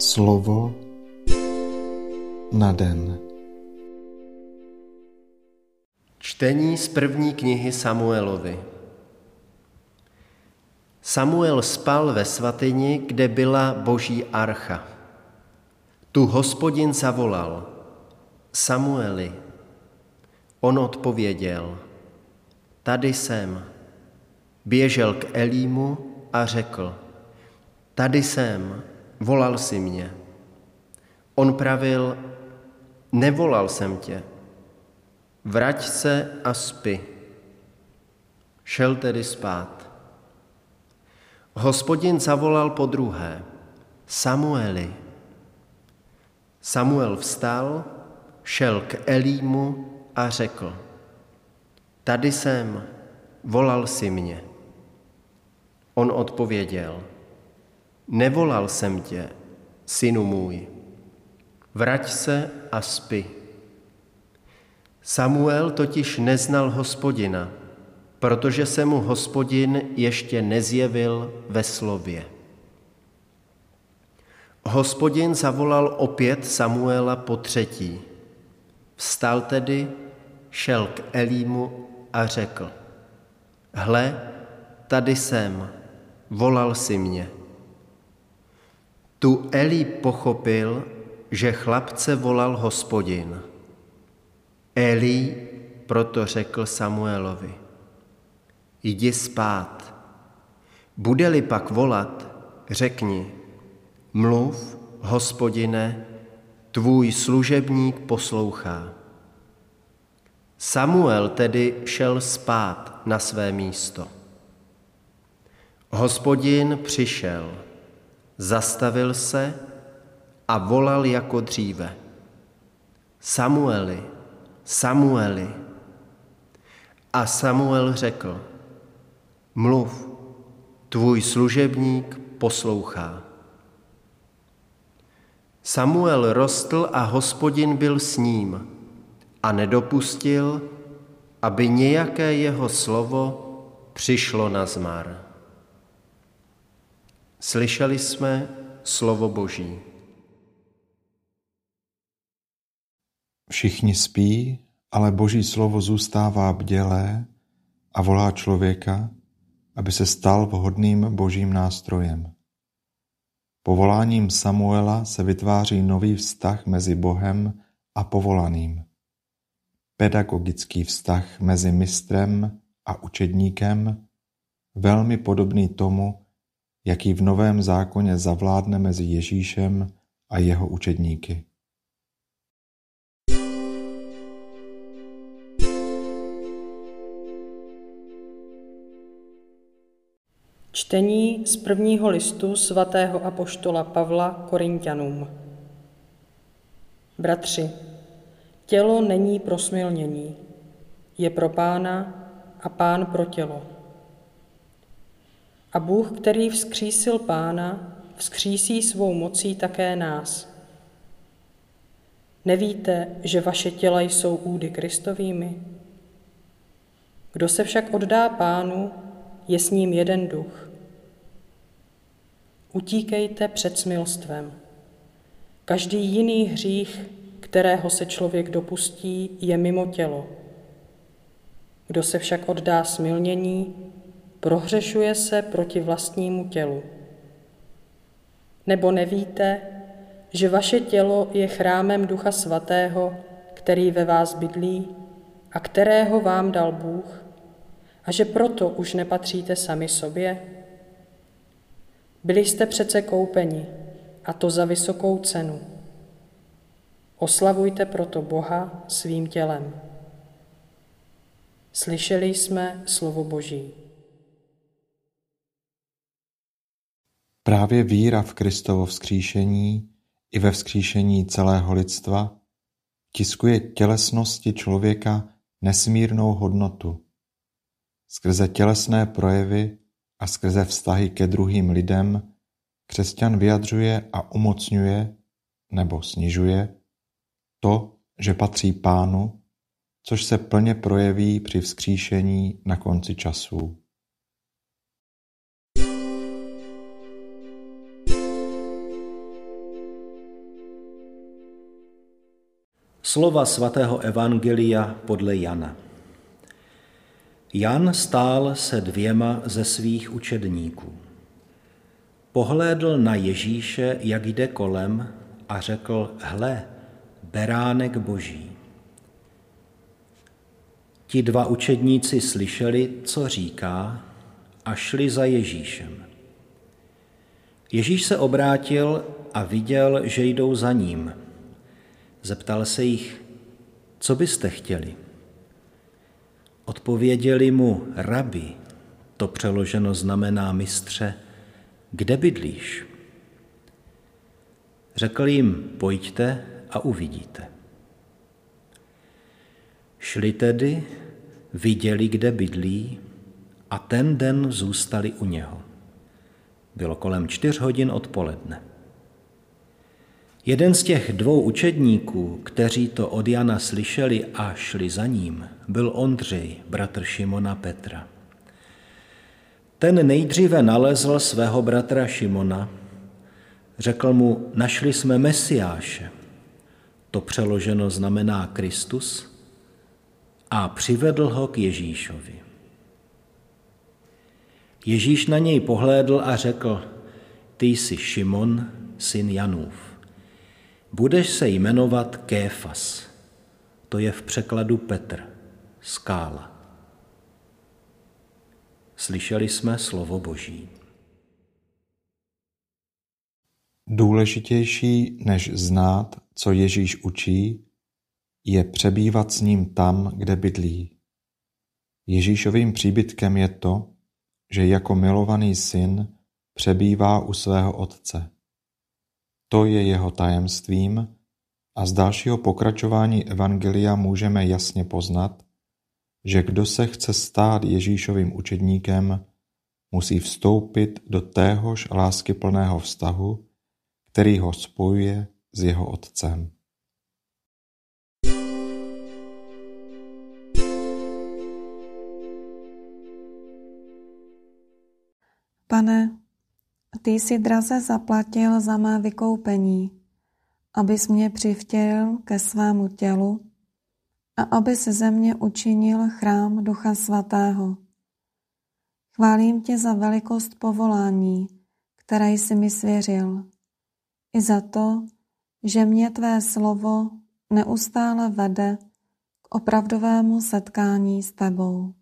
Slovo na den. Čtení z první knihy Samuelovy. Samuel spal ve svatyni, kde byla Boží archa. Tu Hospodin zavolal: Samueli. On odpověděl: Tady jsem. Běžel k Elímu a řekl: Tady jsem, volal jsi mě. On pravil: Nevolal jsem tě. Vrať se a spi. Šel tedy spát. Hospodin zavolal podruhé: Samueli. Samuel vstal, šel k Elímu a řekl: Tady jsem, volal jsi mě. On odpověděl: Nevolal jsem tě, synu můj. Vrať se a spi. Samuel totiž neznal Hospodina, protože se mu Hospodin ještě nezjevil ve slově. Hospodin zavolal opět Samuela potřetí. Vstal tedy, šel k Elímu a řekl: Hle, tady jsem, volal jsi mě. Tu Elí pochopil, že chlapce volal Hospodin. Elí proto řekl Samuelovi: Jdi spát. Bude-li pak volat, řekni: Mluv, Hospodine, tvůj služebník poslouchá. Samuel tedy šel spát na své místo. Hospodin přišel, zastavil se a volal jako dříve: Samueli, Samueli. A Samuel řekl: Mluv, tvůj služebník poslouchá. Samuel rostl a Hospodin byl s ním a nedopustil, aby nějaké jeho slovo přišlo nazmar. Slyšeli jsme slovo Boží. Všichni spí, ale Boží slovo zůstává bdělé a volá člověka, aby se stal vhodným Božím nástrojem. Povoláním Samuela se vytváří nový vztah mezi Bohem a povolaným. Pedagogický vztah mezi mistrem a učedníkem, velmi podobný tomu, jaký v Novém zákoně zavládne mezi Ježíšem a jeho učedníky. Čtení z prvního listu svatého apoštola Pavla Korinťanům. Bratři, tělo není pro smilnění, je pro Pána a Pán pro tělo. A Bůh, který vzkřísil Pána, vzkřísí svou mocí také nás. Nevíte, že vaše těla jsou údy Kristovými? Kdo se však oddá Pánu, je s ním jeden duch. Utíkejte před smilstvem. Každý jiný hřích, kterého se člověk dopustí, je mimo tělo. Kdo se však oddá smilnění, prohřešuje se proti vlastnímu tělu. Nebo nevíte, že vaše tělo je chrámem Ducha Svatého, který ve vás bydlí a kterého vám dal Bůh, a že proto už nepatříte sami sobě? Byli jste přece koupeni, a to za vysokou cenu. Oslavujte proto Boha svým tělem. Slyšeli jsme slovo Boží. Právě víra v Kristovo vzkříšení i ve vzkříšení celého lidstva vtiskuje tělesnosti člověka nesmírnou hodnotu. Skrze tělesné projevy a skrze vztahy ke druhým lidem křesťan vyjadřuje a umocňuje nebo snižuje to, že patří Pánu, což se plně projeví při vzkříšení na konci časů. Slova svatého evangelia podle Jana. Jan stál se 2 ze svých učedníků. Pohlédl na Ježíše, jak jde kolem, a řekl: Hle, beránek Boží. Ti 2 učedníci slyšeli, co říká, a šli za Ježíšem. Ježíš se obrátil a viděl, že jdou za ním. Zeptal se jich: Co byste chtěli? Odpověděli mu: Rabi, to přeloženo znamená mistře, kde bydlíš? Řekl jim: Pojďte a uvidíte. Šli tedy, viděli, kde bydlí, a ten den zůstali u něho. Bylo kolem 4 hodin odpoledne. Jeden z těch 2 učedníků, kteří to od Jana slyšeli a šli za ním, byl Ondřej, bratr Šimona Petra. Ten nejdříve nalezl svého bratra Šimona, řekl mu: Našli jsme Mesiáše, to přeloženo znamená Kristus, a přivedl ho k Ježíšovi. Ježíš na něj pohlédl a řekl: Ty jsi Šimon, syn Janův. Budeš se jmenovat Kéfas, to je v překladu Petr, skála. Slyšeli jsme slovo Boží. Důležitější než znát, co Ježíš učí, je přebývat s ním tam, kde bydlí. Ježíšovým příbytkem je to, že jako milovaný syn přebývá u svého otce. To je jeho tajemstvím a z dalšího pokračování evangelia můžeme jasně poznat, že kdo se chce stát Ježíšovým učedníkem, musí vstoupit do téhož láskyplného vztahu, který ho spojuje s jeho otcem. Pane, ty jsi draze zaplatil za mé vykoupení, abys mě přivtělil ke svému tělu a abys ze mě učinil chrám Ducha Svatého. Chválím tě za velikost povolání, které jsi mi svěřil, i za to, že mě tvé slovo neustále vede k opravdovému setkání s tebou.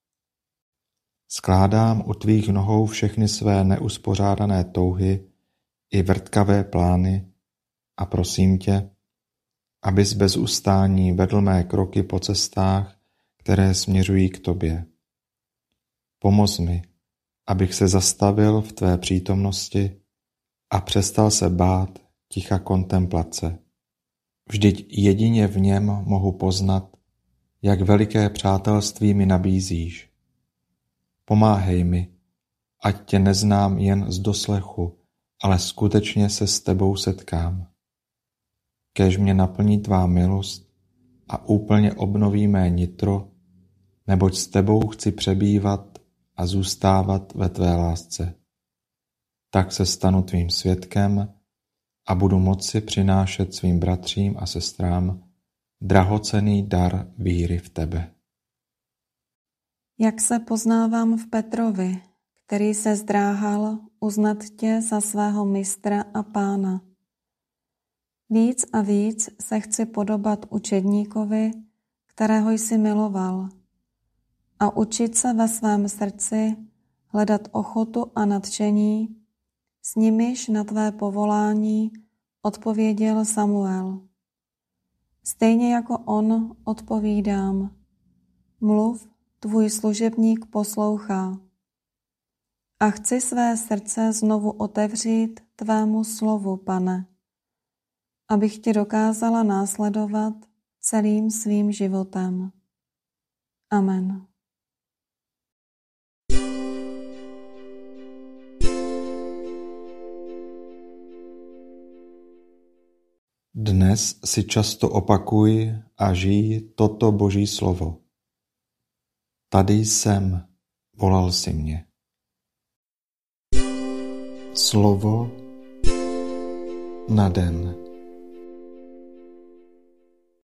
Skládám u tvých nohou všechny své neuspořádané touhy i vrtkavé plány a prosím tě, abys bez ustání vedl mé kroky po cestách, které směřují k tobě. Pomoz mi, abych se zastavil v tvé přítomnosti a přestal se bát ticha kontemplace. Vždyť jedině v něm mohu poznat, jak veliké přátelství mi nabízíš. Pomáhej mi, ať tě neznám jen z doslechu, ale skutečně se s tebou setkám. Kéž mě naplní tvá milost a úplně obnoví mé nitro, neboť s tebou chci přebývat a zůstávat ve tvé lásce. Tak se stanu tvým svědkem a budu moci přinášet svým bratřím a sestrám drahocenný dar víry v tebe. Jak se poznávám v Petrovi, který se zdráhal uznat tě za svého mistra a pána. Víc a víc se chci podobat učedníkovi, kterého jsi miloval, a učit se ve svém srdci hledat ochotu a nadšení, s nimiž na tvé povolání odpověděl Samuel. Stejně jako on odpovídám: mluv, tvůj služebník poslouchá. A chci své srdce znovu otevřít tvému slovu, Pane, abych tě dokázala následovat celým svým životem. Amen. Dnes si často opakuj a žij toto Boží slovo. Tady jsem, volal jsi mě. Slovo na den.